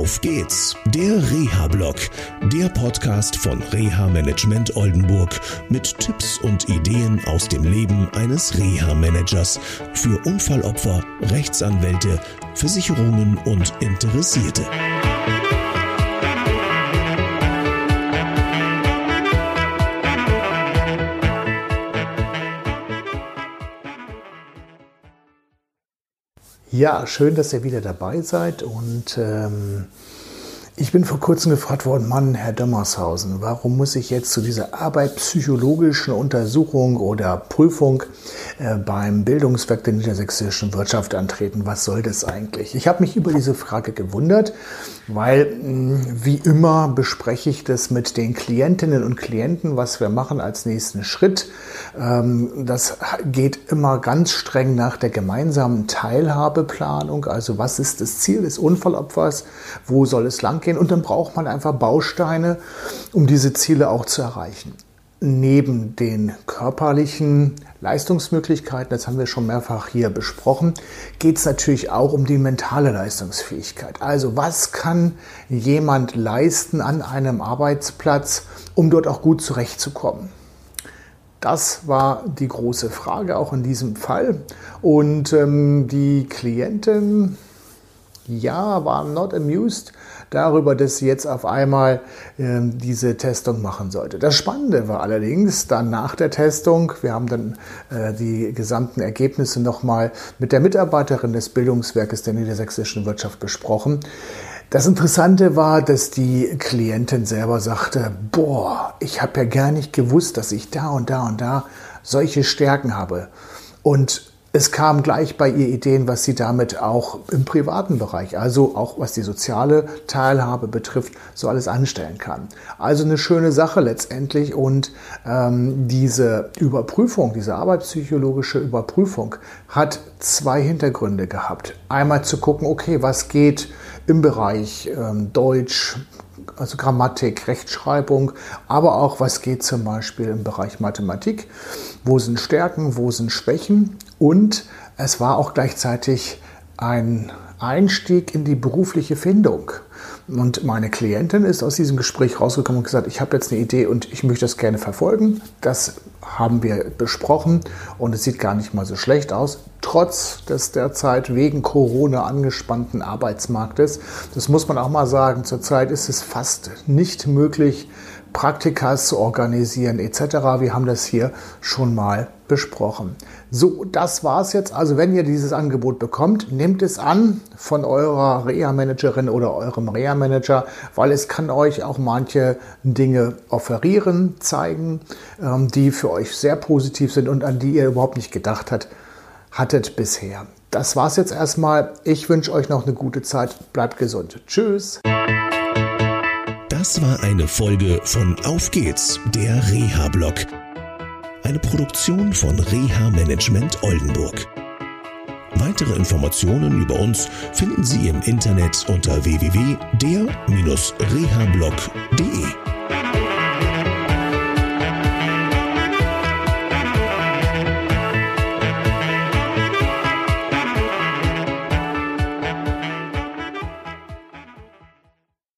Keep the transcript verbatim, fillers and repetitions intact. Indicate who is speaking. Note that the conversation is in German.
Speaker 1: Auf geht's, der Reha-Blog, der Podcast von Reha Management Oldenburg mit Tipps und Ideen aus dem Leben eines Reha-Managers für Unfallopfer, Rechtsanwälte, Versicherungen und Interessierte.
Speaker 2: Ja, schön, dass ihr wieder dabei seid und ähm, ich bin vor kurzem gefragt worden, Mann, Herr Dömmershausen, warum muss ich jetzt zu dieser arbeitspsychologischen Untersuchung oder Prüfung äh, beim Bildungswerk der niedersächsischen Wirtschaft antreten? Was soll das eigentlich? Ich habe mich über diese Frage gewundert, weil mh, wie immer bespreche ich das mit den Klientinnen und Klienten, was wir machen als nächsten Schritt. Ähm, das geht immer ganz streng nach der gemeinsamen Teilhabeplanung, also was ist das Ziel des Unfallopfers, wo soll es lang gehen, und dann braucht man einfach Bausteine, um diese Ziele auch zu erreichen. Neben den körperlichen Leistungsmöglichkeiten, das haben wir schon mehrfach hier besprochen, geht es natürlich auch um die mentale Leistungsfähigkeit. Also was kann jemand leisten an einem Arbeitsplatz, um dort auch gut zurechtzukommen? Das war die große Frage auch in diesem Fall. Und ähm, die Klientin, ja, war not amused darüber, dass sie jetzt auf einmal äh, diese Testung machen sollte. Das Spannende war allerdings dann nach der Testung, wir haben dann äh, die gesamten Ergebnisse nochmal mit der Mitarbeiterin des Bildungswerkes der niedersächsischen Wirtschaft besprochen. Das Interessante war, dass die Klientin selber sagte, boah, ich habe ja gar nicht gewusst, dass ich da und da und da solche Stärken habe. Und es kam gleich bei ihr Ideen, was sie damit auch im privaten Bereich, also auch was die soziale Teilhabe betrifft, so alles anstellen kann. Also eine schöne Sache letztendlich, und ähm, diese Überprüfung, diese arbeitspsychologische Überprüfung hat zwei Hintergründe gehabt. Einmal zu gucken, okay, was geht im Bereich ähm, Deutsch, also Grammatik, Rechtschreibung, aber auch was geht zum Beispiel im Bereich Mathematik, wo sind Stärken, wo sind Schwächen, und es war auch gleichzeitig ein Einstieg in die berufliche Findung. Und meine Klientin ist aus diesem Gespräch rausgekommen und gesagt, ich habe jetzt eine Idee und ich möchte das gerne verfolgen. Das haben wir besprochen und es sieht gar nicht mal so schlecht aus, trotz des derzeit wegen Corona angespannten Arbeitsmarktes. Das muss man auch mal sagen, zurzeit ist es fast nicht möglich, Praktika zu organisieren et cetera. Wir haben das hier schon mal besprochen. So, das war's jetzt. Also wenn ihr dieses Angebot bekommt, nehmt es an von eurer Reha-Managerin oder eurem Reha-Manager, weil es kann euch auch manche Dinge offerieren, zeigen, die für euch sehr positiv sind und an die ihr überhaupt nicht gedacht habt, hattet bisher. Das war's jetzt erstmal. Ich wünsche euch noch eine gute Zeit. Bleibt gesund. Tschüss.
Speaker 1: Das war eine Folge von Auf geht's, der Reha-Blog. Eine Produktion von Reha Management Oldenburg. Weitere Informationen über uns finden Sie im Internet unter w w w punkt der Bindestrich reha blog punkt de.